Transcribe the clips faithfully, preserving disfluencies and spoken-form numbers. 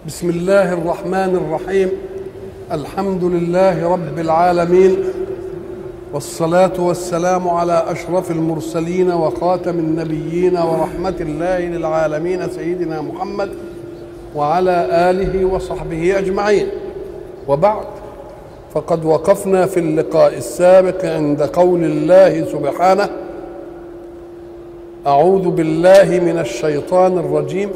بسم الله الرحمن الرحيم. الحمد لله رب العالمين، والصلاة والسلام على أشرف المرسلين وخاتم النبيين ورحمة الله للعالمين سيدنا محمد وعلى آله وصحبه أجمعين. وبعد، فقد وقفنا في اللقاء السابق عند قول الله سبحانه: أعوذ بالله من الشيطان الرجيم،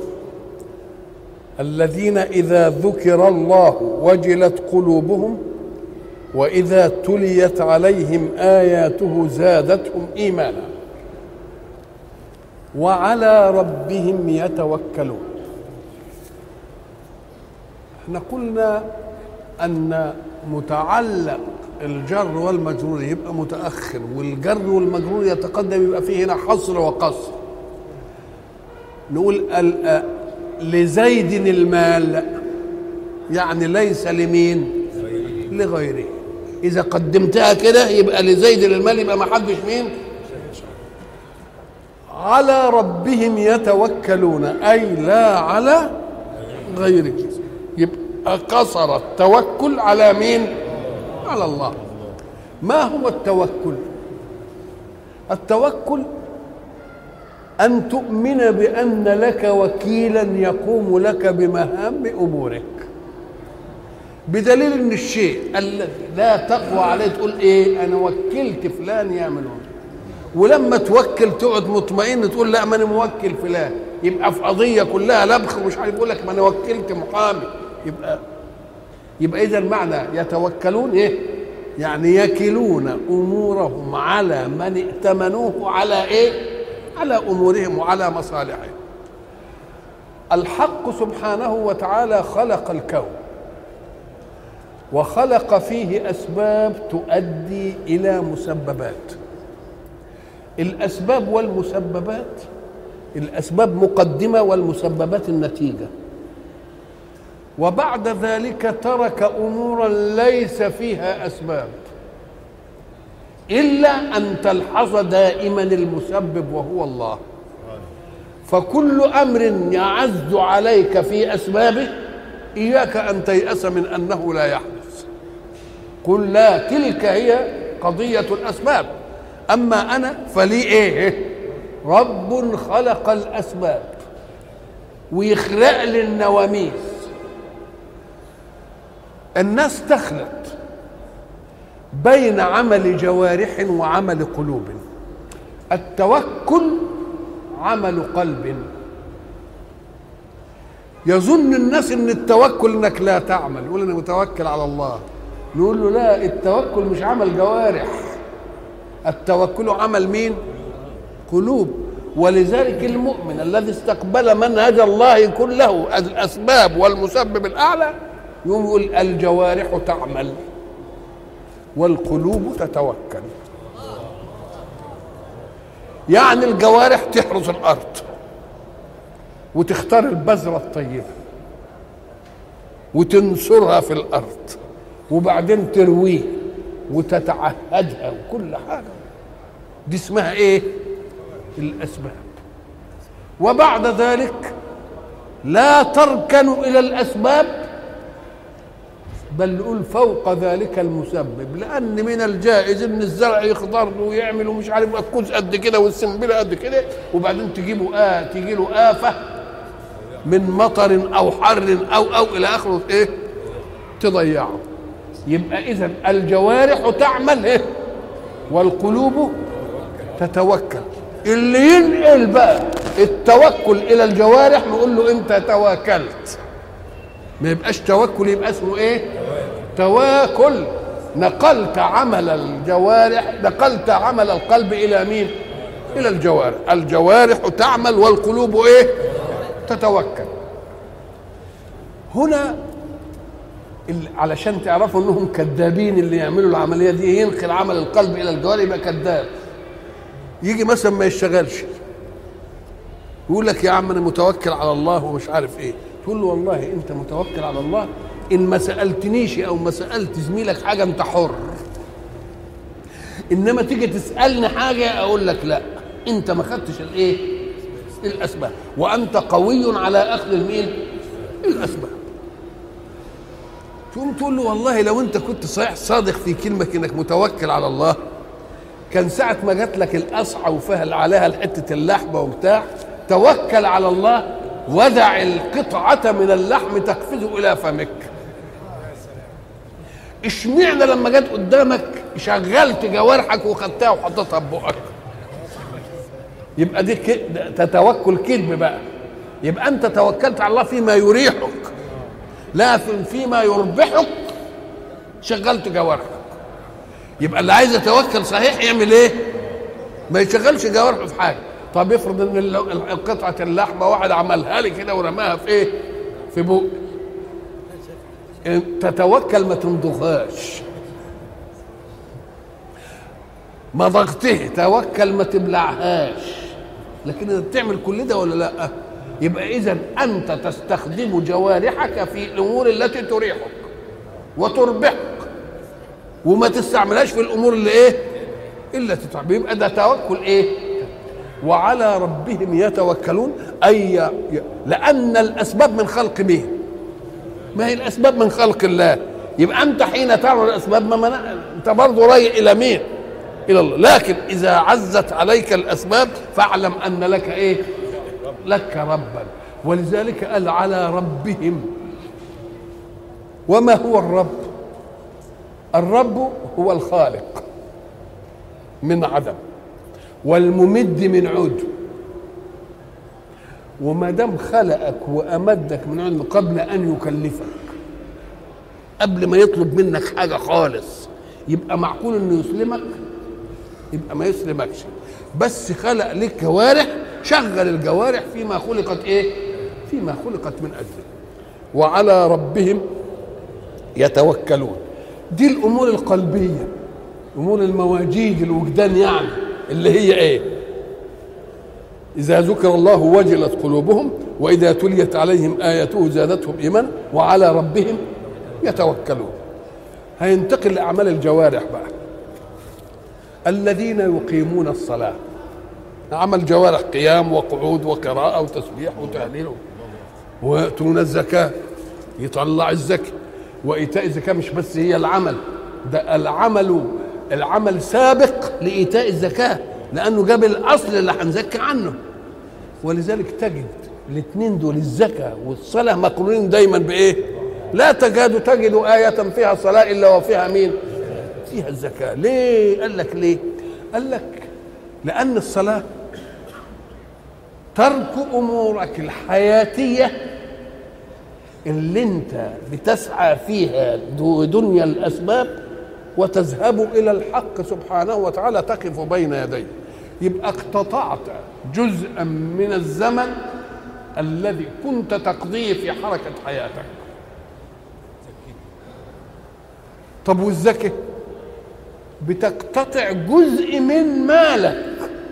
الذين إذا ذكر الله وجلت قلوبهم وإذا تليت عليهم آياته زادتهم إيمانا وعلى ربهم يتوكلون. احنا قلنا أن متعلق الجر والمجرور يبقى متأخر، والجر والمجرور يتقدم، يبقى فيه هنا حصر وقصر. نقول لزيد المال، يعني ليس لمين؟ لغيره. إذا قدمتها كده يبقى لزيد المال، يبقى ما حدش مين؟ على ربهم يتوكلون، أي لا على غيره. يبقى قصر التوكل على مين؟ على الله. ما هو التوكل؟ التوكل أن تؤمن بأن لك وكيلا يقوم لك بمهام أمورك، بدليل أن الشيء الذي لا تقوى عليه تقول إيه؟ أنا وكلت فلان يعملون، ولما توكل تقعد مطمئن تقول لا، ما أنا موكل فلان. يبقى في قضية كلها لبخ ومش عارف، يقول لك ما أنا وكلت محامي. يبقى يبقى إذا المعنى يتوكلون إيه؟ يعني يكلون أمورهم على من ائتمنوه على إيه؟ على أمورهم وعلى مصالحهم. الحق سبحانه وتعالى خلق الكون وخلق فيه أسباب تؤدي إلى مسببات. الأسباب والمسببات، الأسباب مقدمة والمسببات النتيجة. وبعد ذلك ترك أمورا ليس فيها أسباب، إلا أن تلحظ دائما المسبب وهو الله. فكل أمر يعز عليك في أسبابه إياك أن تيأس من أنه لا يحدث. قل لا، تلك هي قضية الأسباب، أما أنا فلي إيه؟ رب خلق الأسباب ويخلق لي النواميس. الناس تخلط بين عمل جوارح وعمل قلوب. التوكل عمل قلب. يظن الناس ان التوكل انك لا تعمل، يقول انا متوكل على الله. نقول له لا، التوكل مش عمل جوارح، التوكل عمل مين؟ قلوب. ولذلك المؤمن الذي استقبل منهج الله كله، الاسباب والمسبب الاعلى، يقول الجوارح تعمل والقلوب تتوكل. يعني الجوارح تحرث الارض وتختار البذرة الطيبة وتنصرها في الارض، وبعدين ترويه وتتعهدها وكل حاجة. دي اسمها ايه؟ الاسباب. وبعد ذلك لا تركن الى الاسباب، بل نقول فوق ذلك المسبب، لأن من الجائز إن الزرع يخضر ويعمل ومش عارف الكوز قد كده والسنبلة قد كده، وبعدين تجيبه آه تجي له آفة من مطر أو حر أو أو إلى آخره إيه؟ تضيعه. يبقى إذن الجوارح تعمل إيه؟ والقلوب تتوكل. اللي ينقل بقى التوكل إلى الجوارح نقول له أنت توكلت. ما يبقاش توكل، يبقى اسمه ايه؟ تواكل. نقلت عمل الجوارح، نقلت عمل القلب الى مين؟ الى الجوارح. الجوارح تعمل والقلوب ايه؟ تتوكل. هنا علشان تعرفوا انهم كذابين اللي يعملوا العمليه دي، ينقل عمل القلب الى الجوارح يبقى كذاب. يجي مثلا ما يشتغلش، يقول لك يا عم انا متوكل على الله ومش عارف ايه. تقول له والله انت متوكل على الله، ان ما سالتنيش او ما سالت زميلك حاجه انت حر، انما تيجي تسالني حاجه اقول لك لا، انت ما خدتش الايه؟ الاسباب، وانت قوي على اخذ المين؟ الاسباب. تقوم تقول له والله لو انت كنت صحيح صادق في كلمه انك متوكل على الله، كان ساعه ما جات لك القصعه وفيها عليها حته اللحمه وبتاع توكل على الله، ودع القطعه من اللحم تقفز الى فمك. اشمعنى لما جت قدامك شغلت جوارحك وخدتها وحطيتها في بقك؟ يبقى دي تتوكل كذب بقى. يبقى انت توكلت على الله فيما يريحك، لا فيما يربحك شغلت جوارحك. يبقى اللي عايز يتوكل صحيح يعمل ايه؟ ما يشغلش جوارحه في حاجه. طب افرض ان قطعه اللحمه واحد عملها لي كده ورماها في ايه؟ في بوق. تتوكل ما تمضغهاش، مضغته توكل ما تبلعهاش. لكن انت بتعمل كل ده ولا لا؟ يبقى اذا انت تستخدم جوارحك في الامور التي تريحك وتربحك، وما تستعملهاش في الامور اللي ايه؟ الا تتعب. يبقى ده توكل ايه؟ وعلى ربهم يتوكلون. اي لان الاسباب من خلق مين؟ ما هي الاسباب من خلق الله. يبقى انت حين تعمل الاسباب ما منع، انت برضه رايح الى مين؟ الى الله. لكن اذا عزت عليك الاسباب فاعلم ان لك ايه؟ لك ربا. ولذلك قال على ربهم. وما هو الرب؟ الرب هو الخالق من عدم، والممد من عدم. وما دام خلقك وامدك من عدم قبل ان يكلفك، قبل ما يطلب منك حاجه خالص، يبقى معقول انه يسلمك؟ يبقى ما يسلمكش. بس خلق لك جوارح، شغل الجوارح فيما خلقت ايه؟ فيما خلقت من اجله. وعلى ربهم يتوكلون. دي الامور القلبيه، امور المواجيد الوجدان، يعني اللي هي ايه؟ اذا ذكر الله وجلت قلوبهم واذا تليت عليهم اياته زادتهم ايمانا وعلى ربهم يتوكلون. هينتقل لاعمال الجوارح بقى. الذين يقيمون الصلاه، عمل جوارح قيام وقعود وقراءه وتسبيح وتهليل، ويؤتون الزكاه، يطلع الزكاه، وايتاء الزكاه. مش بس هي العمل ده، العمل العمل سابق لايتاء الزكاه، لانه جاب الاصل اللي هنزكي عنه. ولذلك تجد الاثنين دول الزكاه والصلاه مقرونين دايما بايه؟ لا تكاد تجد آية فيها صلاة إلا وفيها مين؟ فيها الزكاة. ليه؟ قال لك ليه؟ قال لك لأن الصلاة ترك أمورك الحياتية اللي انت بتسعى فيها دنيا الأسباب وتذهب إلى الحق سبحانه وتعالى، تقف بين يديه. يبقى اقتطعت جزءا من الزمن الذي كنت تقضيه في حركة حياتك. طب والزكاة بتقتطع جزء من مالك،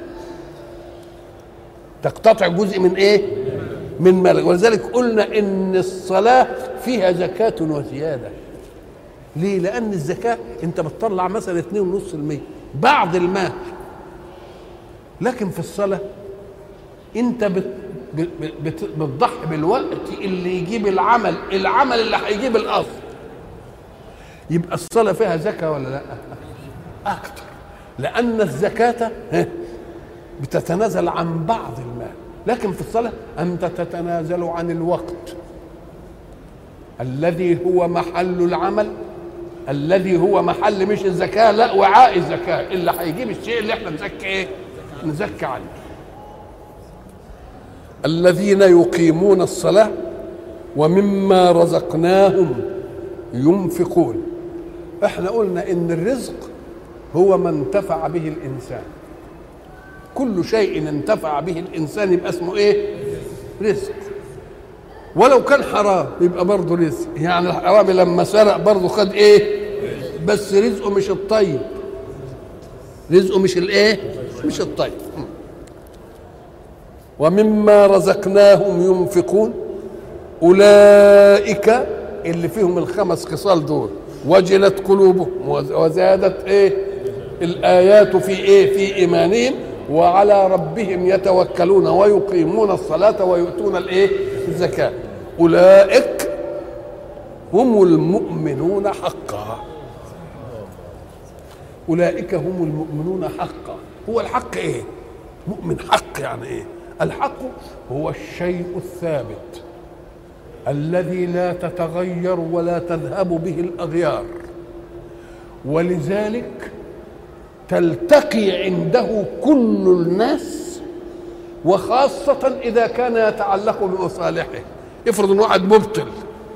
تقتطع جزء من ايه؟ من مالك. ولذلك قلنا ان الصلاة فيها زكاة وزيادة. ليه؟ لان الزكاة انت بتطلع مثلا اتنين ونص المية بعض المال، لكن في الصلاة انت بت بت بتضحي بالوقت اللي يجيب العمل العمل اللي هيجيب الاصل. يبقى الصلاة فيها زكاة ولا لا؟ أكتر، لأن الزكاة بتتنازل عن بعض المال، لكن في الصلاة أنت تتنازل عن الوقت الذي هو محل العمل، الذي هو محل مش الزكاة، لا وعاء الزكاة اللي هيجيب الشيء اللي احنا نزكي ايه؟ نزكي عنه. الذين يقيمون الصلاة ومما رزقناهم ينفقون. احنا قلنا ان الرزق هو ما انتفع به الانسان، كل شيء انتفع به الانسان يبقى اسمه ايه؟ رزق. ولو كان حرام يبقى برضه رزق. يعني الحرامي لما سرق برضه خد ايه؟ بس رزقه مش الطيب، رزقه مش الايه؟ مش الطيب. ومما رزقناهم ينفقون. اولئك اللي فيهم الخمس خصال دول، وجلت قلوبهم وزادت ايه؟ الايات في ايه؟ في ايمانهم وعلى ربهم يتوكلون ويقيمون الصلاة ويؤتون الايه؟ الزكاة. اولئك هم المؤمنون المؤمنون حقا. أولئك هم المؤمنون حقا. هو الحق إيه؟ مؤمن حق يعني إيه؟ الحق هو الشيء الثابت الذي لا تتغير ولا تذهب به الأغيار، ولذلك تلتقي عنده كل الناس، وخاصة إذا كان يتعلق بمصالحه. افرض أن واحد مبطل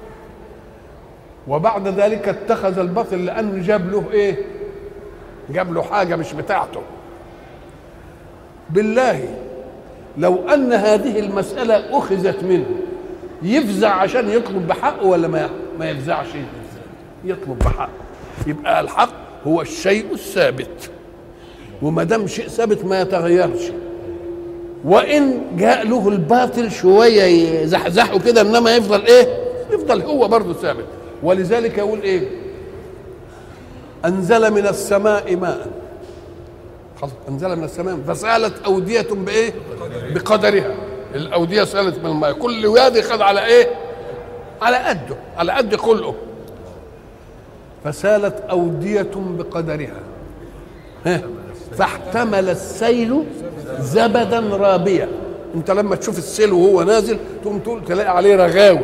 وبعد ذلك اتخذ الباطل لأنه جاب له إيه؟ جاب له حاجة مش بتاعته. بالله لو أن هذه المسألة أخذت منه يفزع عشان يطلب بحقه ولا ما ما يفزعش؟ يطلب بحقه. يبقى الحق هو الشيء الثابت، وما دام شيء ثابت ما يتغيرش، وإن جاء له الباطل شوية يزحزحه كده إنما يفضل إيه؟ يفضل هو برضه ثابت. ولذلك يقول إيه؟ أنزل من السماء ماء، أنزل من السماء فسالت أودية بإيه؟ بقدرها. الأودية سالت من الماء، كل وادي خد على إيه؟ على قده، على قد خلقه. فسالت أودية بقدرها فاحتمل السيل زبدا رابيا. انت لما تشوف السيل وهو نازل تقوم تقول تلاقي عليه رغاوي.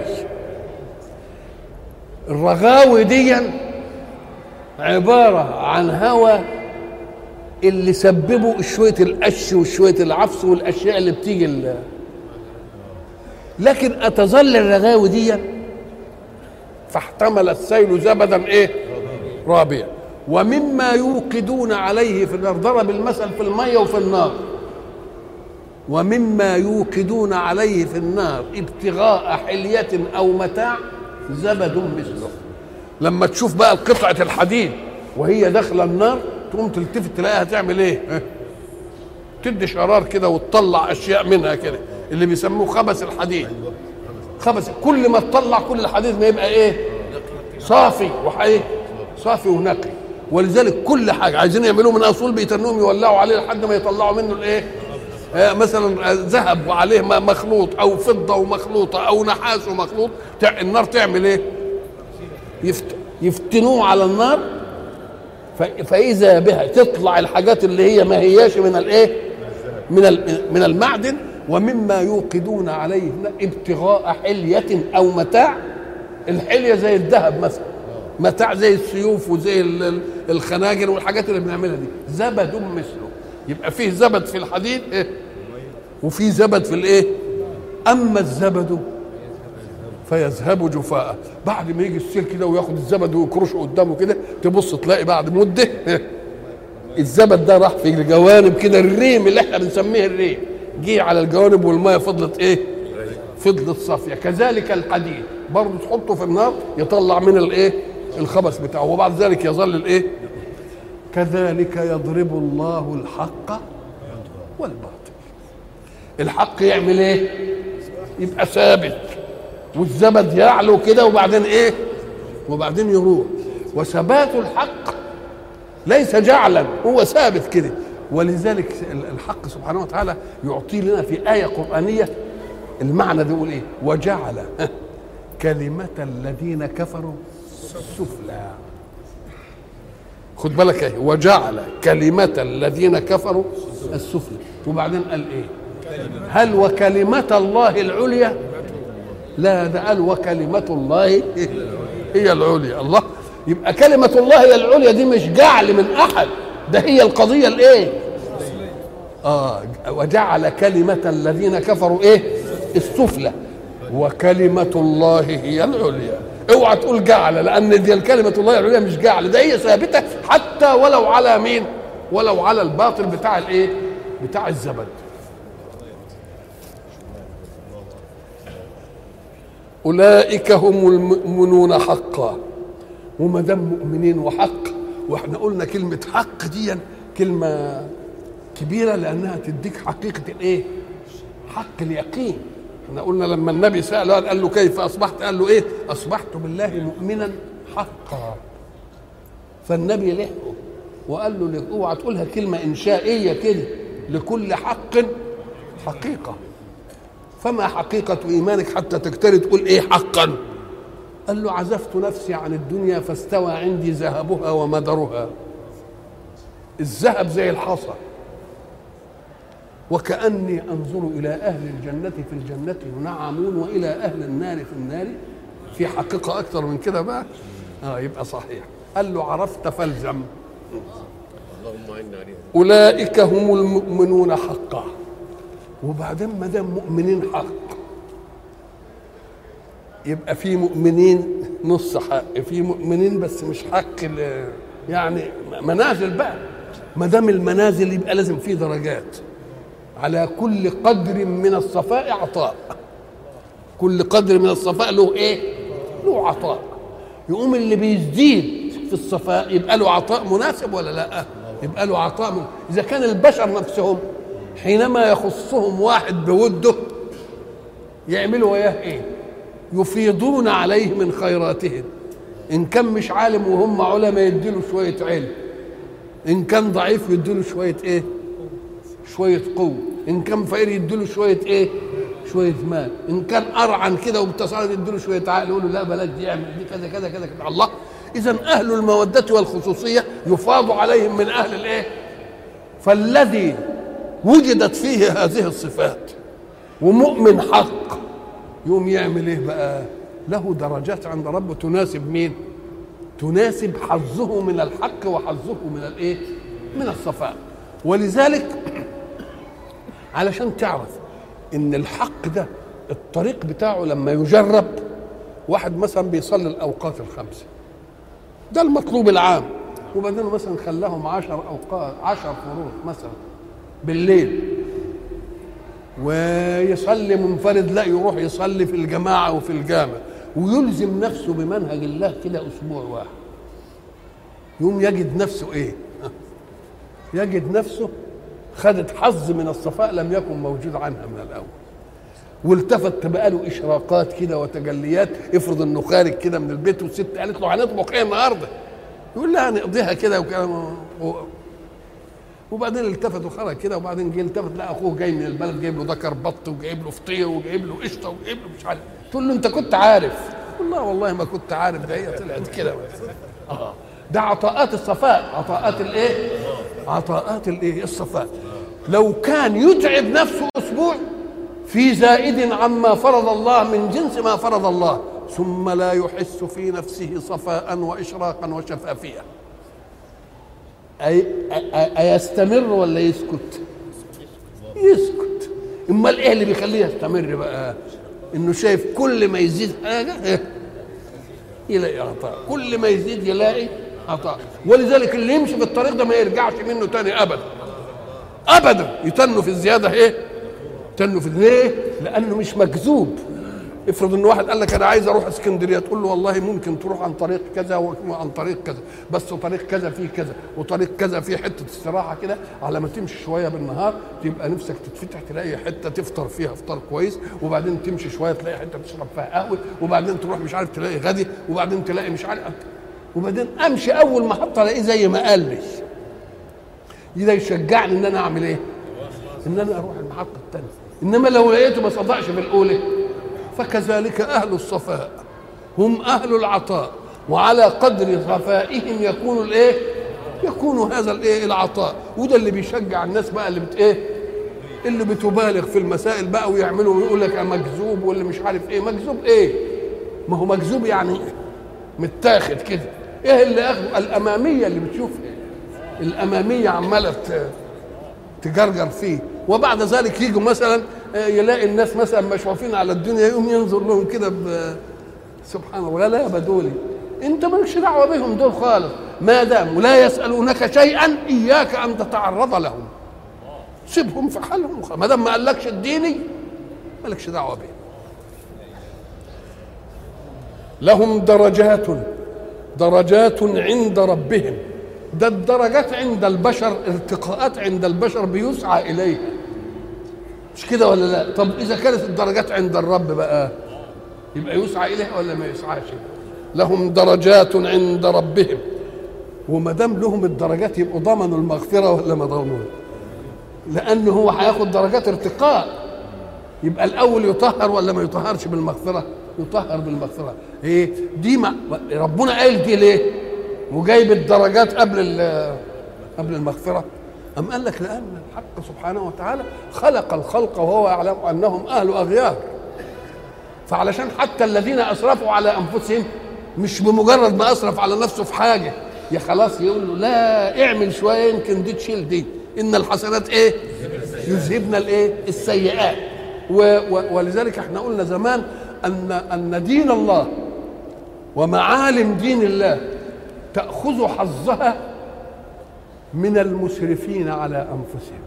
الرغاوي دي عبارة عن هواء اللي سببوا شوية القش وشوية العفس والأشياء اللي بتيجي ال... لكن أتظل الرغاوي دي فاحتمل السيل زبدا ايه؟ رابيا. ومما يوقدون عليه في النار، ضرب المثل في المية وفي النار. ومما يوقدون عليه في النار ابتغاء حلية أو متاع زبد مثله. لما تشوف بقى قطعة الحديد وهي داخلة النار تقوم تلتفت تلاقيها تعمل ايه؟ تدي شرار كده وتطلع أشياء منها كده، اللي بيسموه خبث الحديد. خبث، كل ما تطلع كل الحديد ما يبقى ايه؟ صافي وحي صافي ونقي. ولذلك كل حاجه عايزين يعملوه من اصول بيتنوهم يولعوا عليه لحد ما يطلعوا منه الايه؟ آه مثلا ذهب وعليه مخلوط او فضه ومخلوطه او نحاس ومخلوط. النار تعمل ايه؟ يفت... يفتنوه على النار ف... فاذا بها تطلع الحاجات اللي هي ما هياش من الايه؟ من ال... من المعدن. ومما يوقدون عليه ابتغاء حلية أو متاع. الحلية زي الذهب مثلا، متاع زي السيوف وزي الخناجر والحاجات اللي بنعملها دي. زبد مثله. يبقى فيه زبد في الحديد إيه؟ وفيه زبد في الايه؟ أما الزبد فيذهب جفاء. بعد ما يجي السيل كده وياخد الزبد ويكرشه قدامه كده تبص تلاقي بعد مدة الزبد ده راح في الجوانب كده، الريم اللي احنا بنسميه الريم جه على الجوانب والماء فضلت ايه؟ فضلت صافيه. كذلك الحديد برضه تحطه في النار يطلع من الايه؟ الخبث بتاعه، وبعد ذلك يظل الايه؟ كذلك يضرب الله الحق والباطل. الحق يعمل ايه؟ يبقى ثابت، والزبد يعلو كده وبعدين ايه؟ وبعدين يروح. وثبات الحق ليس جعلا، هو ثابت كده. ولذلك الحق سبحانه وتعالى يعطي لنا في آية قرآنية المعنى ده، يقول ايه؟ وجعل كلمة الذين كفروا السفلى. خد بالك ايه؟ وجعل كلمة الذين كفروا السفلى. وبعدين قال ايه؟ هل وكلمة الله العليا؟ لا، ده قال وكلمة الله هي العليا. الله، يبقى كلمة الله هي العليا دي مش جعل من أحد، ده هي القضية الايه؟ اه وجعل كلمة الذين كفروا ايه؟ السفلى وكلمة الله هي العليا. اوعى تقول جعل، لأن دي الكلمة الله العليا مش جعل، ده هي ثابتة حتى ولو على مين؟ ولو على الباطل بتاع الايه؟ بتاع الزبد. أولئك هم المؤمنون حقا. وما دام مؤمنين وحق، واحنا قلنا كلمة حق دي كلمة كبيرة لأنها تديك حقيقة الايه؟ حق اليقين. احنا قلنا لما النبي سأله قال له كيف أصبحت؟ قال له ايه؟ أصبحت بالله مؤمنا حقا. فالنبي لحقه وقال له اوعى تقولها كلمة إنشائية كده، لكل حق حقيقة. فما حقيقة إيمانك حتى تكتري تقول ايه؟ حقا. قال له عزفت نفسي عن الدنيا فاستوى عندي ذهبها ومدرها. الذهب زي الحصى، وكأني أنظر إلى أهل الجنة في الجنة ينعمون وإلى أهل النار في النار. في حقيقة أكثر من كده بقى؟ آه يبقى صحيح. قال له عرفت فالزم. أولئك هم المؤمنون حقا. وبعدين ما دام مؤمنين حق يبقى في مؤمنين نص حق، في مؤمنين بس مش حق، يعني منازل بقى. ما دام المنازل يبقى لازم في درجات. على كل قدر من الصفاء عطاء، كل قدر من الصفاء له ايه؟ له عطاء. يقوم اللي بيزيد في الصفاء يبقى له عطاء مناسب ولا لا؟ يبقى له عطاء من... اذا كان البشر نفسهم حينما يخصهم واحد بوده يعملوا وياه ايه؟ يفيضون عليه من خيراتهم. ان كان مش عالم وهم علماء يديله شويه علم، ان كان ضعيف يديله شويه ايه؟ شويه قوه، ان كان فقير يديله شويه ايه؟ شويه مال، ان كان ارعن كده وبتصالح يديله شويه عقل يقول له لا بلاش دي، اعمل دي كذا كذا كذا كذا. الله. اذا اهل الموده والخصوصيه يفاض عليهم من اهل الايه؟ فالذي وجدت فيه هذه الصفات ومؤمن حق يوم يعمل ايه بقى؟ له درجات عند ربه تناسب مين؟ تناسب حظه من الحق وحظه من الايه؟ من الصفاء. ولذلك علشان تعرف ان الحق ده الطريق بتاعه لما يجرب، واحد مثلا بيصلي الاوقات الخمسه ده المطلوب العام، وبعدين مثلا خلاهم عشر اوقات عشر فروض مثلا بالليل، ويصلي منفرد لا يروح يصلي في الجماعه وفي الجامع، ويلزم نفسه بمنهج الله كده اسبوع واحد، يوم يجد نفسه ايه؟ يجد نفسه خدت حظ من الصفاء لم يكن موجود عنها من الاول، والتفت بقى له اشراقات كده وتجليات. افرض انه خارج كده من البيت والست قالت له هنطبخ ايه النهارده؟ يقول لها هنقضيها كده وكده، وبعدين التفت وخرج كده، وبعدين جه التفت لقى اخوه جاي من البلد جايب له ذكر بط وجايب له فطير وجايب له قشطه وجايب له مش عارف. تقول له انت كنت عارف؟ والله والله ما كنت عارف، ده هي طلعت كده. اه ده عطاءات الصفاء، عطاءات الايه؟ عطاءات الايه؟ الصفاء. لو كان يتعب نفسه اسبوع في زائد عما فرض الله من جنس ما فرض الله، ثم لا يحس في نفسه صفاء واشراقا وشفافيه، أي أيستمر ولا يسكت؟ يسكت. امال ايه اللي بيخليه يستمر بقى؟ انه شايف كل ما يزيد حاجه يلاقي عطاء، كل ما يزيد يلاقي عطاء. ولذلك اللي يمشي في الطريق ده ما يرجعش منه تاني ابدا ابدا، يتنوا في الزياده ايه؟ يتنوا في ليه؟ لانه مش مجذوب. افرض ان واحد قال لك انا عايز اروح اسكندريه، تقول له والله ممكن تروح عن طريق كذا وعن طريق كذا، بس طريق كذا فيه كذا وطريق كذا فيه حته استراحه كده، على ما تمشي شويه بالنهار تبقى نفسك تتفتح تلاقي حته تفطر فيها فطار كويس، وبعدين تمشي شويه تلاقي حته تشرب فيها قهوه، وبعدين تروح مش عارف تلاقي غدي، وبعدين تلاقي مش عارف، وبعدين امشي اول محطه الاقيه زي ما قال لي. ده يشجعني ان انا اعمل ايه؟ ان انا اروح المحطه الثانيه. انما لو لقيته ما صدقش في الاولى، فكذلك أهل الصفاء هم أهل العطاء، وعلى قدر صفائهم يكون الإيه؟ يكون هذا الإيه؟ العطاء. وده اللي بيشجع الناس بقى اللي بت إيه؟ اللي بتبالغ في المسائل بقى ويعملوا ويقول لك مجذوب واللي مش عارف إيه. مجذوب إيه؟ ما هو مجذوب يعني متاخد كده. إيه اللي أخذه؟ الأمامية اللي بتشوفها، الأمامية عمالة تجرجر فيه، وبعد ذلك يجوا مثلا يلاقي الناس مثلا مشوفين على الدنيا، يقوم ينظر لهم كده سبحان الله، لا بدولي انت مالكش دعوه بهم دول خالص، ما دام لا يسالونك شيئا اياك ان تتعرض لهم، سيبهم في حالهم، ما دام ما قالكش اديني مالكش دعوه بهم. لهم درجات درجات عند ربهم. ده الدرجات عند البشر، ارتقاءات عند البشر بيسعى اليه، مش كده ولا لا؟ طب اذا كانت الدرجات عند الرب بقى يبقى يسعى اليها ولا ما يسعاش؟ لهم درجات عند ربهم. وما دام لهم الدرجات يبقوا ضمنوا المغفره ولا ما ضمنوا؟ لانه هو هياخد درجات ارتقاء، يبقى الاول يطهر ولا ما يطهرش بالمغفره؟ يطهر بالمغفره. ايه دي؟ ما ربنا قال دي ليه وجايب الدرجات قبل قبل المغفره؟ أم قال لك لأن الحق سبحانه وتعالى خلق الخلق وهو يعلم أنهم أهل أغيار، فعلشان حتى الذين أسرفوا على أنفسهم مش بمجرد ما أسرف على نفسه في حاجة يا خلاص يقول له لا اعمل شوية يمكن دي تشيل دي، إن الحسنات إيه؟ يذهبن الإيه؟ السيئات. ولذلك احنا قلنا زمان أن أن دين الله ومعالم دين الله تأخذ حظها من المسرفين على أنفسهم.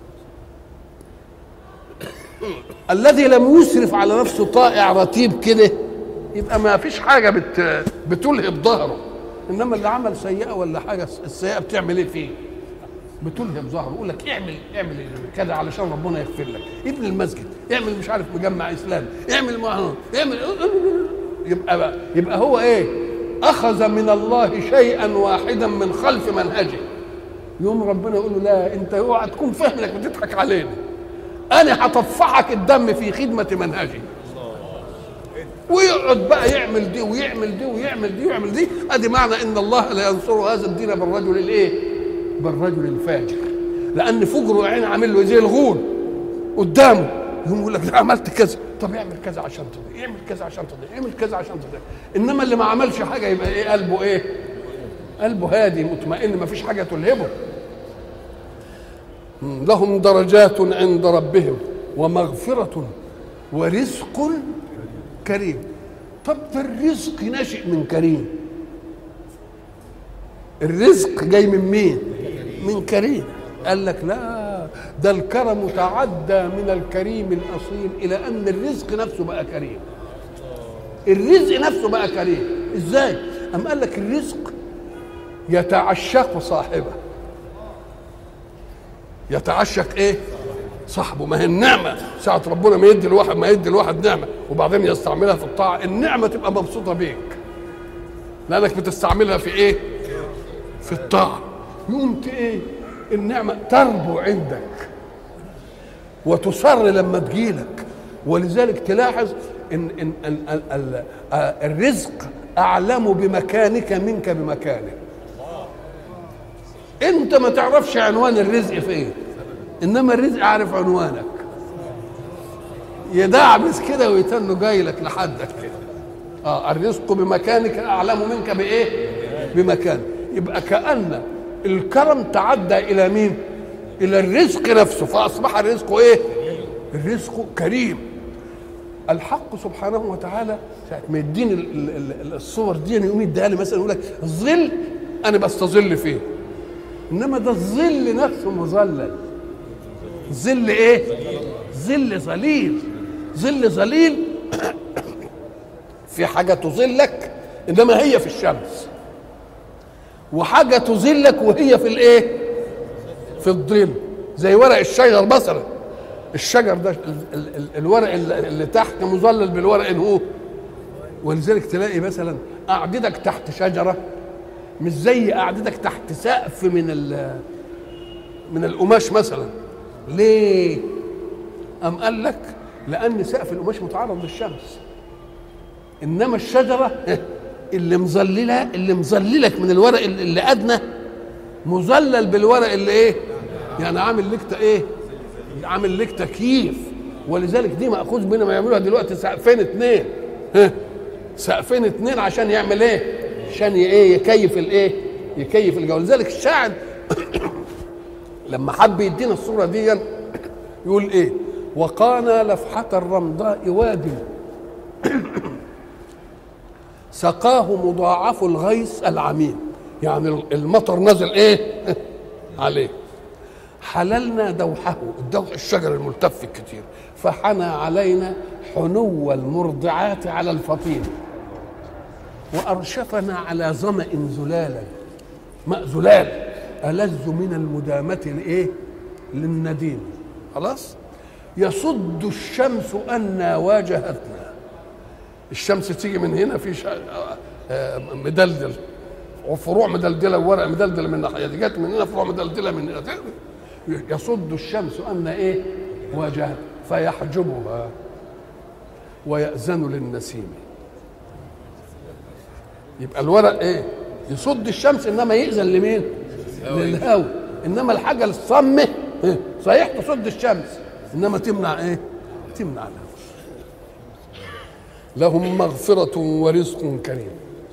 الذي لم يسرف على نفسه طائع رتيب كده يبقى ما فيش حاجة بت بتلهب ظهره، إنما اللي عمل سيئة ولا حاجة السيئة بتعمل إيه فيه؟ بتلهب ظهره، يقول لك اعمل اعمل كذا علشان ربنا يغفر لك، ابن المسجد، اعمل مش عارف مجمع إسلامي، اعمل معه اعمل يبقى يبقى هو إيه؟ أخذ من الله شيئا واحدا من خلف منهجه. يوم ربنا يقول له لا انت اوعى تكون فاهم انك بتضحك علينا، انا هطفحك الدم في خدمه منهجي. ويقعد بقى يعمل دي ويعمل دي ويعمل دي ويعمل دي. ادي معنى ان الله لا ينصر هذا الدين بالرجل الايه؟ بالرجل الفاجر، لان فجره عين عامل له زي الغول قدامه، يقوم يقول لك لا عملت كذا، طب اعمل كذا عشان تضيع، اعمل كذا عشان تضيع، اعمل كذا عشان تضيع. انما اللي ما عملش حاجه يبقى ايه؟ قلبه ايه؟ قلبه هادي مطمئن، ما فيش حاجه تلهبه. لهم درجات عند ربهم ومغفرة ورزق كريم. طب ده الرزق ناشئ من كريم، الرزق جاي من مين؟ من كريم. قال لك لا، ده الكرم تعدى من الكريم الأصيل إلى أن الرزق نفسه بقى كريم. الرزق نفسه بقى كريم إزاي؟ أم قال لك الرزق يتعشق صاحبه. يتعشق ايه؟ صاحبه. ما هي النعمه ساعه ربنا ما يدي الواحد ما يدي الواحد نعمه وبعدين يستعملها في الطاعه، النعمه تبقى مبسوطه بيك لانك بتستعملها في ايه؟ في الطاعه. يقوم ايه؟ النعمه تربو عندك وتصر لما تجيلك. ولذلك تلاحظ ان ان, إن, إن, إن الرزق اعلم بمكانك منك بمكانه. انت ما تعرفش عنوان الرزق فين، انما الرزق عارف عنوانك، يدعبس كده ويتنه جاي لك لحدك كده. اه الرزق بمكانك اعلم منك بايه؟ بمكان. يبقى كأن الكرم تعدى الى مين؟ الى الرزق نفسه، فاصبح الرزق ايه؟ الرزق كريم. الحق سبحانه وتعالى ساعه ما يديني الصور دي يقوم يديها لي مثلا يقول لك الظل انا بستظل فيه، انما ده الظل نفسه مظلل. ظل ايه؟ ظل ظليل. ظل ظليل في حاجه تظلك انما هي في الشمس، وحاجه تظلك وهي في الايه؟ في الظل. زي ورق الشجر مثلا، الشجر ده الورق اللي تحت مظلل بالورق هو. ولذلك تلاقي مثلا قعدتك تحت شجره مش زي قعدتك تحت سقف من من القماش مثلا. ليه؟ أم قال لك لأن سقف القماش متعرض للشمس، إنما الشجرة اللي مظللة اللي مظللك من الورق اللي أدنى مظلل بالورق اللي إيه؟ يعني عامل لك إيه؟ عامل لك تكييف. ولذلك دي مأخوذ منها، ما يعملوها دلوقتي سقفين اتنين، سقفين اتنين عشان يعمل إيه؟ عشان ايه؟ يكيف الايه؟ يكيف الجو. لذلك الشاعر لما حب يدينا الصوره دي يقول ايه؟ وقانا لفحة الرمضاء وادي سقاه مضاعف الغيث العميم، يعني المطر نزل ايه؟ عليه. حللنا دوحه، الدوح الشجر الملتف الكتير، فحنى علينا حنو المرضعات على الفطيم، وأرشفنا على ظمأ زلالا، ماء زلال ألذ من المدامة الإيه؟ للنديم. خلاص؟ يصد الشمس أن واجهتنا. الشمس تيجي من هنا في مدلدل وفروع مدلدلة وورق مدلدل من ناحية، جت من هنا فروع مدلدلة من هنا. يصد الشمس أن إيه؟ واجهت فيحجبها. ويأذن للنسيم. يبقى الورق ايه؟ يصد الشمس، انما يأذن لمين؟ للهواء. انما الحاجه الصمه إيه؟ صحيح تصد الشمس انما تمنع ايه؟ تمنع الهواء. لهم مغفرة ورزق كريم.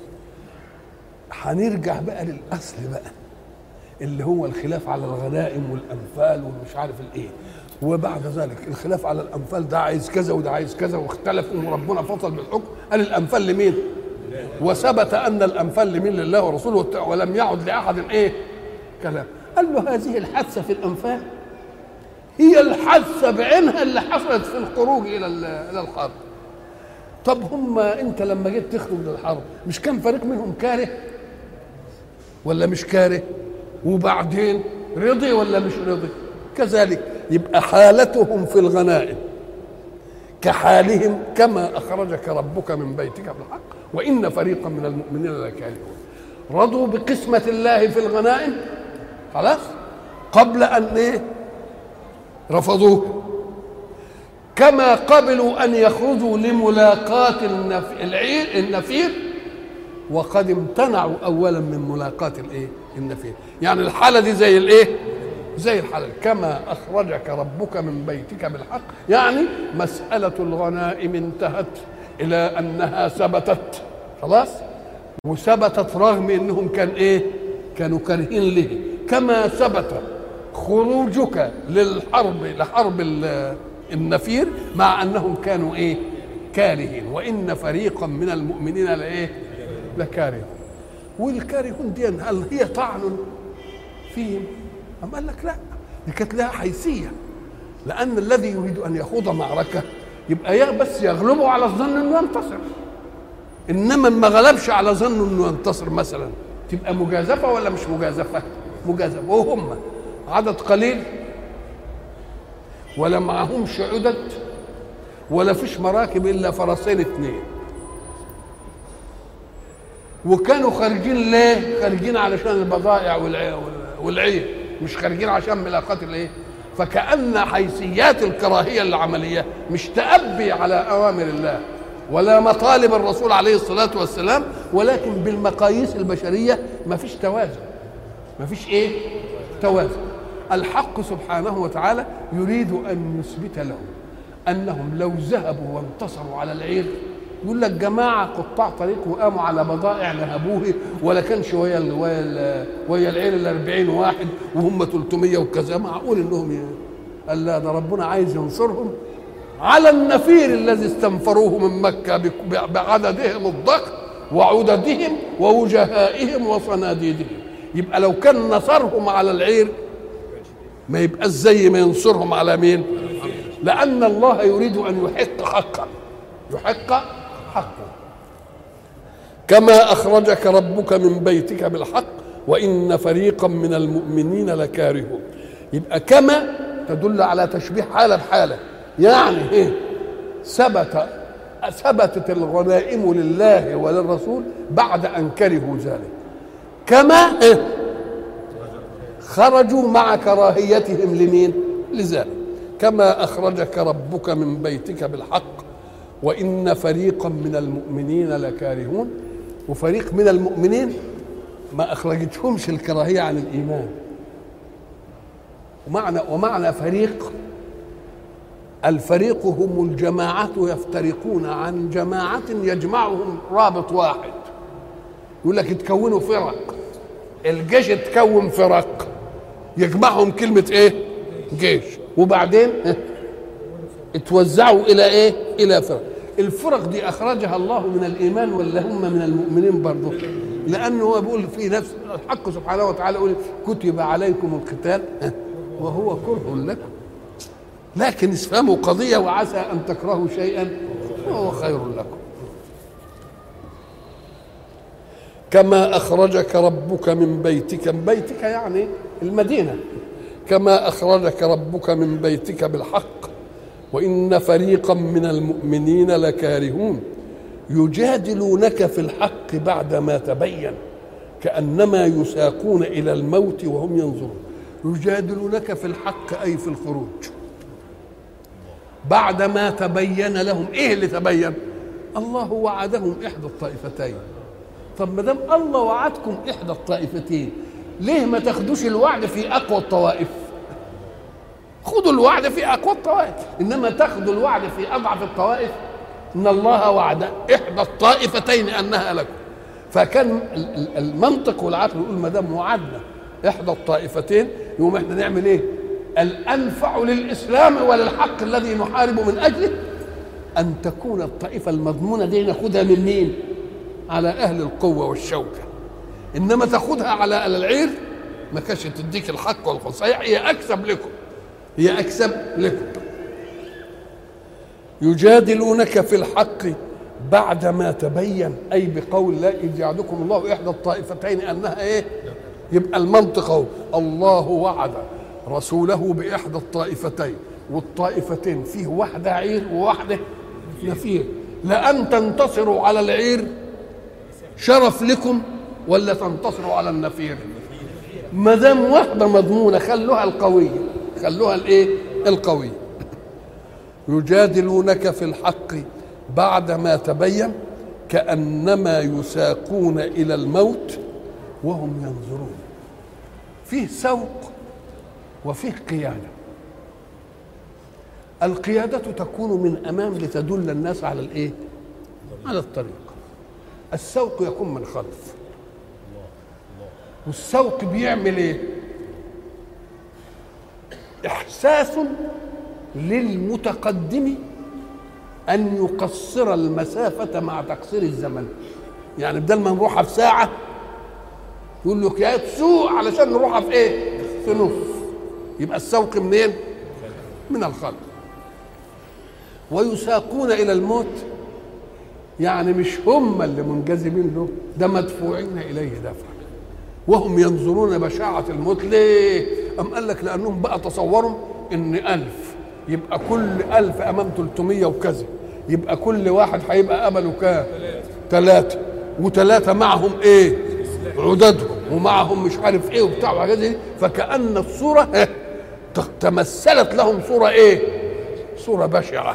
هنرجع بقى للأصل بقى اللي هو الخلاف على الغنائم والأنفال ومش عارف الايه. وبعد ذلك الخلاف على الأنفال، ده عايز كذا وده عايز كذا، واختلفوا وربنا فصل بالحكم قال الأنفال لمين؟ وثبت أن الأنفال لمين؟ لله ورسوله، ولم يعد لأحد ايه؟ كلام. قال له هذه الحادثة في الأنفال هي الحادثة بعينها اللي حصلت في الخروج إلى إلى الحرب. طب هم انت لما جيت تخرج للحرب مش كان فريق منهم كاره ولا مش كاره؟ وبعدين رضي ولا مش رضي؟ كذلك يبقى حالتهم في الغنائم كحالهم كما اخرجك ربك من بيتك بالحق وان فريقا من المؤمنين لكارهون. رضوا بقسمة الله في الغنائم خلاص قبل ان ايه؟ رفضوه. كما قبلوا أن يخرجوا لملاقاة العير النفير وقد امتنعوا أولا من ملاقاة الإيه؟ النفير. يعني الحالة دي زي الإيه؟ زي الحالة كما أخرجك ربك من بيتك بالحق. يعني مسألة الغنائم انتهت إلى أنها ثبتت خلاص، وثبتت رغم أنهم كان إيه؟ كانوا كارهين له. كما ثبت خروجك للحرب لحرب النفير مع انهم كانوا ايه؟ كارهين. وان فريقا من المؤمنين لايه؟ لكارهون. والكارهون دي هل هي طعن فيهم؟ أم قال لك لا، دي كانت لها حيثيه، لان الذي يريد ان يخوض معركه يبقى بس يغلبه على الظن انه ينتصر، انما ما غلبش على ظنه انه ينتصر مثلا تبقى مجازفه ولا مش مجازفه؟ مجازفه. وهم عدد قليل ولا معهمش عدد ولا فيش مراكب الا فرسين اثنين، وكانوا خارجين ليه؟ خارجين علشان البضائع والعير، مش خارجين عشان ملاقات الايه؟ فكأن حيثيات الكراهيه العمليه مش تأبي على اوامر الله ولا مطالب الرسول عليه الصلاه والسلام، ولكن بالمقاييس البشريه ما فيش توازن، ما فيش ايه؟ توازن. الحق سبحانه وتعالى يريد أن يثبت لهم أنهم لو ذهبوا وانتصروا على العير يقول لك جماعة قطاع طريق وقاموا على بضائع نهبوه ولا كانش ويا ويا ويا العير ال أربعين واحد وهم ثلاثمية وكذا، معقول انهم ي... قال لا، ده ربنا عايز ينصرهم على النفير الذي استنفروه من مكة بعددهم الضخم وعددهم ووجهائهم وصناديدهم. يبقى لو كان نصرهم على العير ما يبقى زي ما ينصرهم على مين؟ لأن الله يريد أن يحق حقا، يحق حقا. كما أخرجك ربك من بيتك بالحق وإن فريقا من المؤمنين لكارهون. يبقى كما تدل على تشبيه حالة بحالة، يعني إيه؟ ثبت ثبتت الغنائم لله وللرسول بعد أن كرهوا ذلك. كما إيه؟ خرجوا مع كراهيتهم لمين؟ لذلك. كما أخرجك ربك من بيتك بالحق وإن فريقا من المؤمنين لكارهون. وفريق من المؤمنين ما أخرجتهمش الكراهية عن الإيمان. ومعنى ومعنى فريق، الفريق هم الجماعة يفترقون عن جماعة يجمعهم رابط واحد. يقول لك يتكونوا فرق، الجيش يتكون فرق يجمعهم كلمة ايه؟ جيش. وبعدين اتوزعوا الى ايه؟ الى فرق. الفرق دي اخرجها الله من الايمان ولا هم من المؤمنين برضه؟ لانه هو بيقول في نفس الحق سبحانه وتعالى يقول كتب عليكم القتال وهو كره لكم لكن افهموا قضية وعسى ان تكرهوا شيئا وهو خير لكم. كما أخرجك ربك من بيتك، من بيتك يعني المدينة. كما أخرجك ربك من بيتك بالحق وإن فريقا من المؤمنين لكارهون يجادلونك في الحق بعدما تبين كأنما يساقون إلى الموت وهم ينظرون. يجادلونك في الحق أي في الخروج. بعدما تبين لهم. ايه اللي تبين؟ الله وعدهم احدى الطائفتين. طب ما دام الله وعدكم احدى الطائفتين، ليه ما تاخدوش الوعد في اقوى الطوائف؟ خدوا الوعد في اقوى الطوائف، انما تاخدوا الوعد في اضعف الطوائف. ان الله وعد احدى الطائفتين انها لكم. فكان المنطق والعقل يقول ما دام وعدنا احدى الطائفتين يقوم احنا نعمل ايه؟ الانفع للاسلام وللحق الذي نحارب من اجله ان تكون الطائفه المضمونه دي ناخدها من مين؟ على اهل القوه والشوكه. انما تاخدها على العير ما كانش تديك الحق والخصايع. هي اكسب لكم، هي اكسب لكم. يجادلونك في الحق بعدما تبين، اي بقول لا إذ يعدكم الله احدى الطائفتين انها ايه؟ يبقى المنطق اهو، الله وعد رسوله باحدى الطائفتين، والطائفتين فيه واحده عير وواحده نفير. لأن تنتصروا على العير شرف لكم ولا تنتصروا على النفير؟ ما دام واحده مضمونه خلوها القويه، خلوها الايه؟ القويه. يجادلونك في الحق بعدما تبين كأنما يساقون إلى الموت وهم ينظرون. فيه سوق وفيه قيادة. القيادة تكون من أمام لتدل الناس على الإيه؟ على الطريق. السوق يكون من خلف. والسوق بيعمل إيه؟ إحساس للمتقدم أن يقصر المسافة مع تقصير الزمن. يعني بدل ما نروحها في ساعة يقول لك يا تسوق علشان نروحها في إيه؟ في نص. يبقى السوق منين؟ من الخلق. ويساقون إلى الموت، يعني مش هم اللي منجذبين له، ده مدفوعين إليه دفعا وهم ينظرون بشاعة الموت. ليه؟ أم قال لك لأنهم بقى تصوروا إن ألف يبقى كل ألف أمام ثلاثمية وكذا، يبقى كل واحد هيبقى أمله كام؟ ثلاثة، وثلاثة معهم إيه؟ عددهم، ومعهم مش عارف إيه وبتاع وحاجات دي. فكأن الصورة تمثلت لهم صورة إيه؟ صورة بشعة،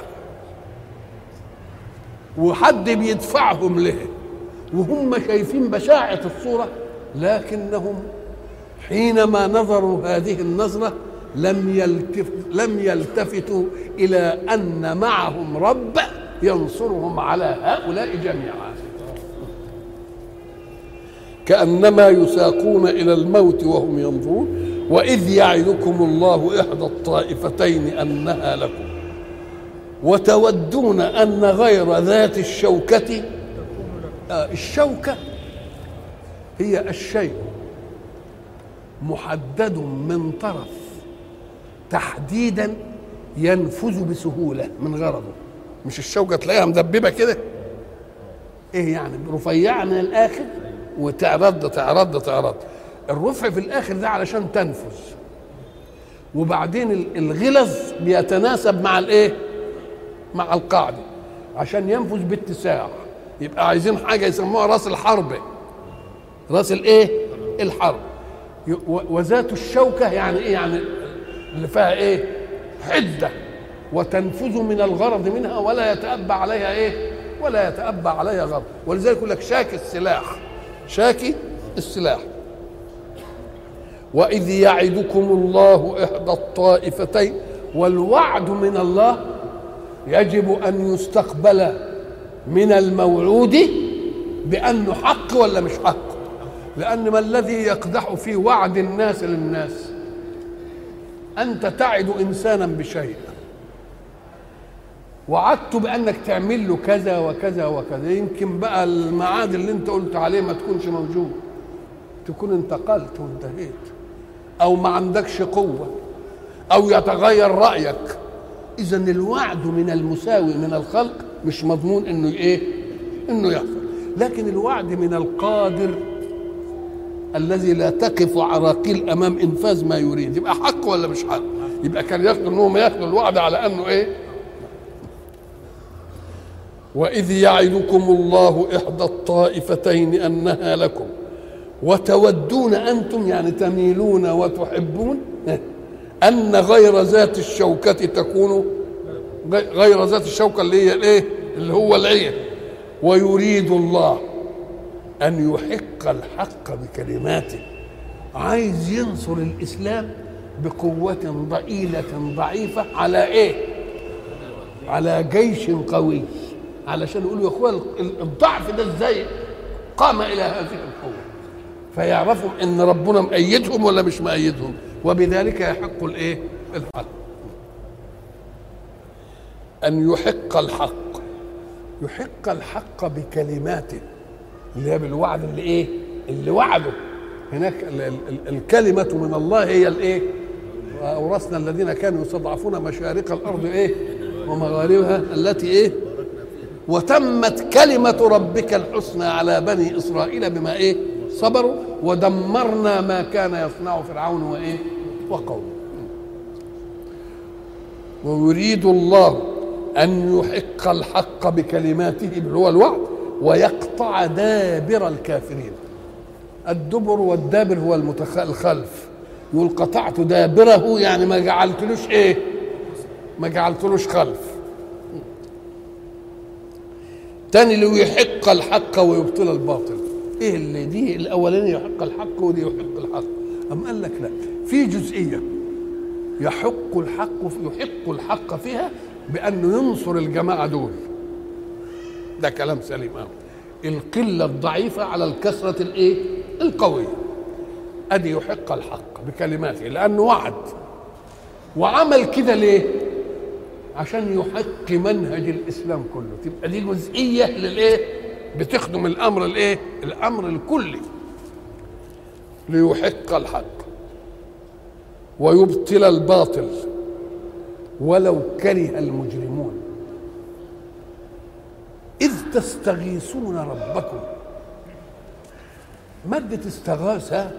وحد بيدفعهم له وهم شايفين بشاعة الصورة. لكنهم حينما نظروا هذه النظرة لم يلتف لم يلتفتوا إلى أن معهم رب ينصرهم على هؤلاء جميعا. كأنما يساقون إلى الموت وهم ينظرون وإذ يعدكم الله إحدى الطائفتين أنها لكم وتودون أن غير ذات الشوكة. آه الشوكة هي الشيء محدد من طرف تحديدا ينفذ بسهولة من غرضه. مش الشوكة تلاقيها مدببة كده، ايه يعني رفيعة من الآخر وتعرض تعرض تعرض. الرفع في الآخر ده علشان تنفذ، وبعدين الغلظ بيتناسب مع الايه؟ مع القاعدة عشان ينفذ باتساع. يبقى عايزين حاجة يسموها راس الحرب، راس الايه؟ الحرب. وذات الشوكة يعني ايه؟ يعني اللي فيها ايه؟ حدة وتنفذ من الغرض منها ولا يتأبى عليها ايه؟ ولا يتأبى عليها غرض. ولذلك يقول لك شاكي السلاح، شاكي السلاح. وإذ يعدكم الله إحدى الطائفتين، والوعد من الله يجب أن يستقبل من الموعود بأنه حق ولا مش حق. لأن ما الذي يقدح في وعد الناس للناس؟ أنت تعد إنسانا بشيء، وعدت بأنك تعمل له كذا وكذا وكذا، يمكن بقى الميعاد اللي أنت قلت عليه ما تكونش موجود، تكون انتقلت وانتهيت، أو ما عندكش قوة، أو يتغير رأيك. إذن الوعد من المساوي من الخلق مش مضمون إنه إيه؟ إنه يحصل. لكن الوعد من القادر الذي لا تقف عراقيل امام انفاذ ما يريد يبقى حق ولا مش حق؟ يبقى كان ياخدوا انهم ياخدوا الوعد على انه ايه؟ واذ يعدكم الله احدى الطائفتين انها لكم وتودون انتم، يعني تميلون وتحبون ان غير ذات الشوكة تكون غير ذات الشوكة اللي هي الايه اللي هو العين. ويريد الله أن يحق الحق بكلماته، عايز ينصر الإسلام بقوة ضئيلة ضعيفة على إيه؟ على جيش قوي، علشان يقولوا يا أخوان الضعف ده إزاي قام إلى هذه القوة، فيعرفوا إن ربنا مأيدهم ولا مش مأيدهم، وبذلك يحق الإيه؟ الحق. أن يحق الحق، يحق الحق بكلماته اللي هي بالوعد اللي ايه اللي وعده هناك. ال ال ال الكلمة من الله هي الايه؟ وأورثنا الذين كانوا يستضعفون مشارق الأرض ايه ومغاربها التي ايه وتمت كلمة ربك الحسنى على بني إسرائيل بما ايه صبروا ودمرنا ما كان يصنع فرعون وايه وقومه. ويريد الله أن يحق الحق بكلماته اللي هو الوعد ويقطع دابر الكافرين. الدبر والدابر هو الخلف، يقول قطعت دابره يعني ما جعلتلوش ايه ما جعلتلوش خلف. تاني اللي يحق الحق ويبطل الباطل. ايه اللي دي الاولاني يحق الحق ودي يحق الحق؟ أم قال لك لا، في جزئية يحق الحق يحق الحق فيها بأنه ينصر الجماعة دول، ده كلام سليم أوي. القلة الضعيفة على الكثرة الايه القوية، ادي يحق الحق بكلماته لأنه وعد وعمل كده ليه؟ عشان يحق منهج الإسلام كله، تبقى دي جزئية للايه بتخدم الأمر الايه الأمر الكلي. ليحق الحق ويبطل الباطل ولو كره المجرمون إذ تستغيثون ربكم. مادة استغاثة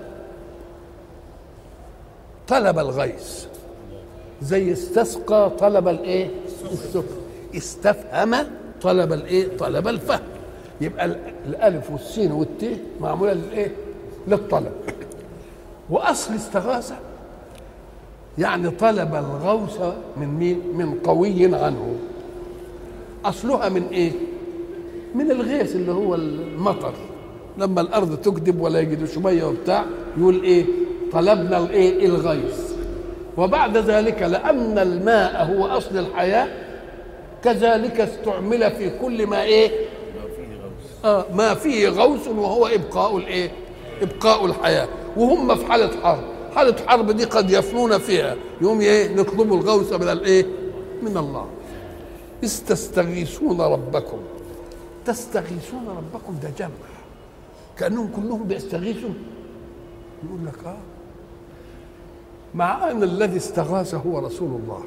طلب الغيث، زي استسقى طلب الايه السقي، استفهم طلب الايه طلب الفهم. يبقى الالف والسين والتاء معموله للايه للطلب. واصل استغاثه يعني طلب الغوث من مين؟ من قوي عنه. اصلها من ايه؟ من الغيث اللي هو المطر، لما الارض تكذب ولا يجدوا ميه وبتاع يقول ايه؟ طلبنا الايه الغيث. وبعد ذلك لان الماء هو اصل الحياه كذلك استعمل في كل ما ايه آه ما فيه غوث وهو ابقاء الايه ابقاء الحياه. وهم في حاله حرب، حاله حرب دي قد يفنون فيها، يوم ايه نطلبوا الغوث من الايه من الله. إذ تستغيثون ربكم، تستغيثون ربكم ده جمع، كأنهم كلهم بيستغيثوا. يقول لك اه مع أن الذي استغاث هو رسول الله.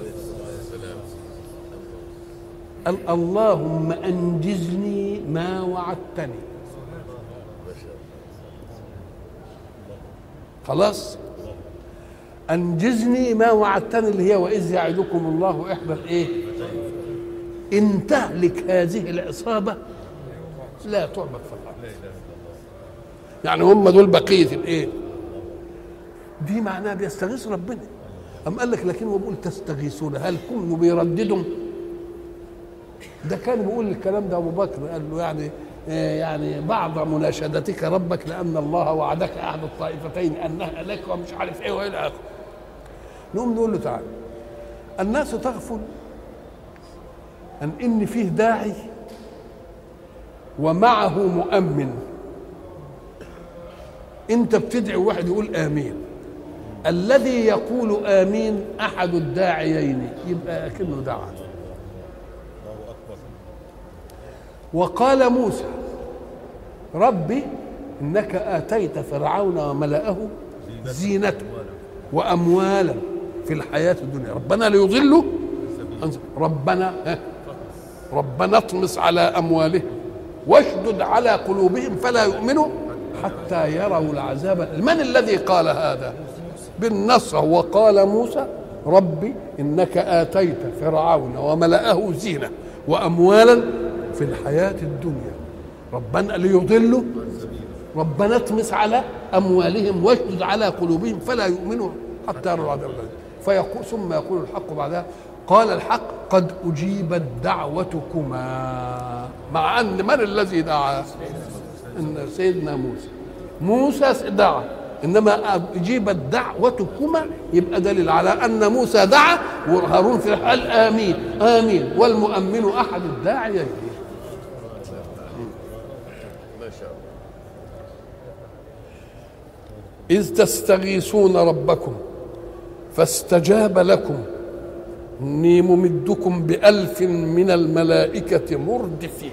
قال اللهم أنجزني ما وعدتني. خلاص أنجزني ما وعدتني اللي هي وإذ يعدكم الله إحدى الإيه إن تهلك هذه العصابة لا تعبد في الأرض. يعني هم دول بقية الإيه دي معناها بيستغيث ربنا. أم قال لك لكن هو بيقول تستغيثون، هل كنوا بيرددهم؟ ده كان بيقول الكلام ده أبو بكر، قال له يعني يعني بعض مناشدتك ربك لأن الله وعدك أحد الطائفتين أنها لك ومش عارف إيه وإلى آخره. نقوم نقول له تعالى، الناس تغفل أن إن فيه داعي ومعه مؤمن. أنت بتدعي واحد يقول آمين، الذي يقول آمين أحد الداعيين يبقى أكنه دعا. وقال موسى ربي إنك آتيت فرعون وملأه زينة وأموالا في الحياة الدنيا ربنا ليضلوا ربنا ربنا اطمس على أموالهم واشدد على قلوبهم فلا يؤمنوا حتى يروا العذاب. من الذي قال هذا؟ بالنص. وقال موسى ربي إنك آتيت فرعون وملأه زينة وأموالا في الحياة الدنيا ربنا ليضلوا ربنا اطمس على أموالهم واشدد على قلوبهم فلا يؤمنوا حتى يروا العذاب. فيقول ثم يقول الحق بعدها قال الحق قد أجيبت دعوتكما، مع أن من الذي دعا؟ إن سيدنا موسى موسى دعا، إنما أجيبت دعوتكما يبقى دليل على أن موسى دعا وهارون في الحال آمين آمين، والمؤمن أحد الداعيين. إذ تستغيثون ربكم فاستجاب لكم إني ممدكم بألف من الملائكة مردفين.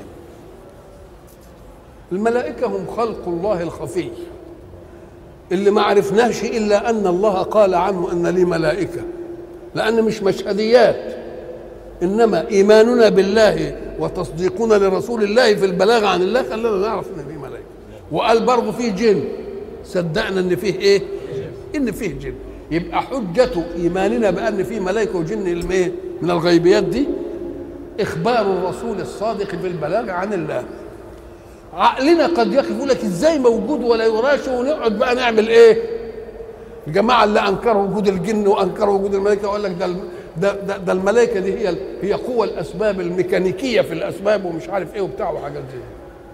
الملائكة هم خلق الله الخفي اللي ما عرفناش إلا أن الله قال عنه أن لي ملائكة، لأن مش مشهديات، إنما إيماننا بالله وتصديقنا لرسول الله في البلاغ عن الله خلانا نعرف أن لي ملائكة. وقال برضه فيه جن، صدقنا أن فيه إيه؟ إن فيه جن. يبقى حجة إيماننا بأن فيه ملائكة وجن من الغيبيات دي إخبار الرسول الصادق في البلاغ عن الله. عقلنا قد يقول لك ازاي موجود ولا يراش، ونقعد بقى نعمل ايه؟ الجماعه اللي انكروا وجود الجن وانكروا وجود الملائكه وقال لك ده ده, ده, ده الملائكه دي هي هي قوى الاسباب الميكانيكيه في الاسباب ومش عارف ايه وبتاع وحاجات زي.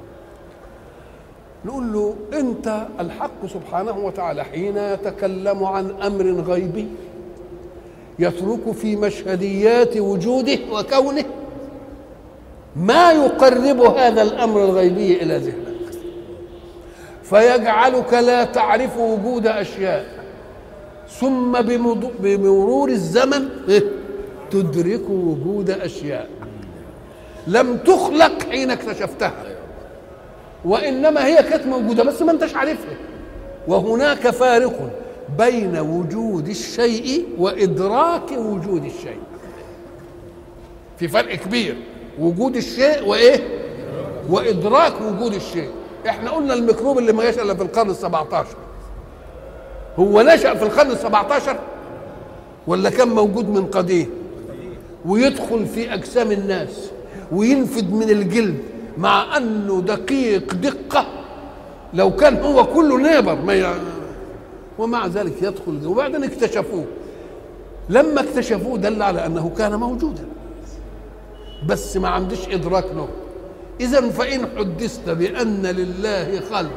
نقول له انت الحق سبحانه وتعالى حين يتكلم عن امر غيبي يترك في مشهديات وجوده وكونه ما يقرب هذا الأمر الغيبي إلى ذهنك، فيجعلك لا تعرف وجود أشياء، ثم بمرور الزمن تدرك وجود أشياء لم تخلق حين اكتشفتها، وإنما هي كانت موجودة بس ما انتش عارفها. وهناك فارق بين وجود الشيء وإدراك وجود الشيء، في فرق كبير. وجود الشيء وايه؟ وادراك وجود الشيء. احنا قلنا الميكروب اللي ما جاش الا في القرن السبعتاشر، هو نشأ في القرن السبعتاشر ولا كان موجود من قديم؟ ويدخل في اجسام الناس وينفد من الجلد، مع انه دقيق دقه لو كان هو كله نابر ما ي... ومع ذلك يدخل. وبعدين اكتشفوه، لما اكتشفوه دل على انه كان موجودا بس ما عندش ادراك له. اذا فان حدثت بان لله خلق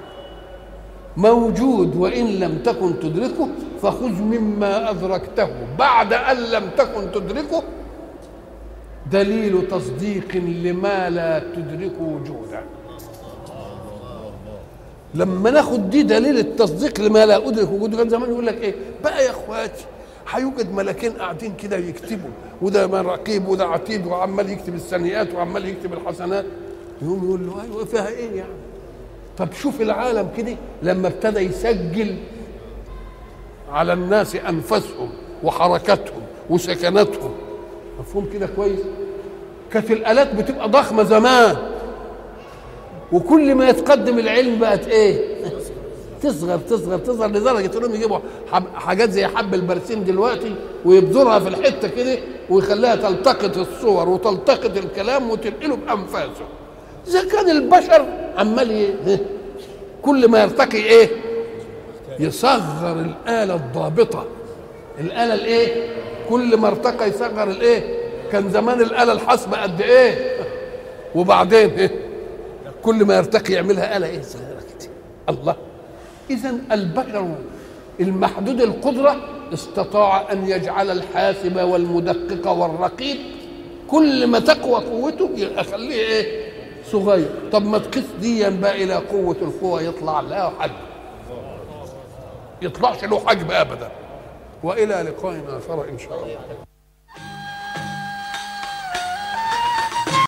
موجود وان لم تكن تدركه فخذ مما ادركته بعد ان لم تكن تدركه دليل تصديق لما لا تدرك وجوده. لما ناخد دي دليل التصديق لما لا ادرك وجوده، كان زمان يقول لك ايه بقى يا اخواتي، هيوجد ملكين قاعدين كده يكتبوا، وده رقيب وده عتيد وعمال يكتب السيئات وعمال يكتب الحسنات. يقوم يقول له ايوه فيها ايه يعني؟ طب شوف العالم كده لما ابتدى يسجل على الناس انفسهم وحركاتهم وسكناتهم، مفهوم كده كويس؟ كانت الالات بتبقى ضخمه زمان، وكل ما يتقدم العلم بقت ايه؟ تصغر تصغر تصغر لدرجه انهم يجيبوا حاجات زي حب البرسيم دلوقتي ويبذرها في الحته كده ويخليها تلتقط الصور وتلتقط الكلام وتنقله بانفاسه. اذا كان البشر عمال ي... كل ما يرتقي ايه؟ يصغر الاله الضابطه، الاله الايه؟ كل ما ارتقى يصغر الايه؟ كان زمان الاله الحاسبه قد ايه؟ وبعدين ايه؟ كل ما يرتقي يعملها اله ايه؟ صغيره كده. الله. إذن البشر المحدود القدرة استطاع أن يجعل الحاسب والمدقق والرقيب كل ما تقوى قوته يخليه إيه؟ صغير. طب ما تقيس ديا بقى إلى قوة القوة يطلع له حجم، يطلعش له حجم أبدا. وإلى لقاء آخر إن شاء الله.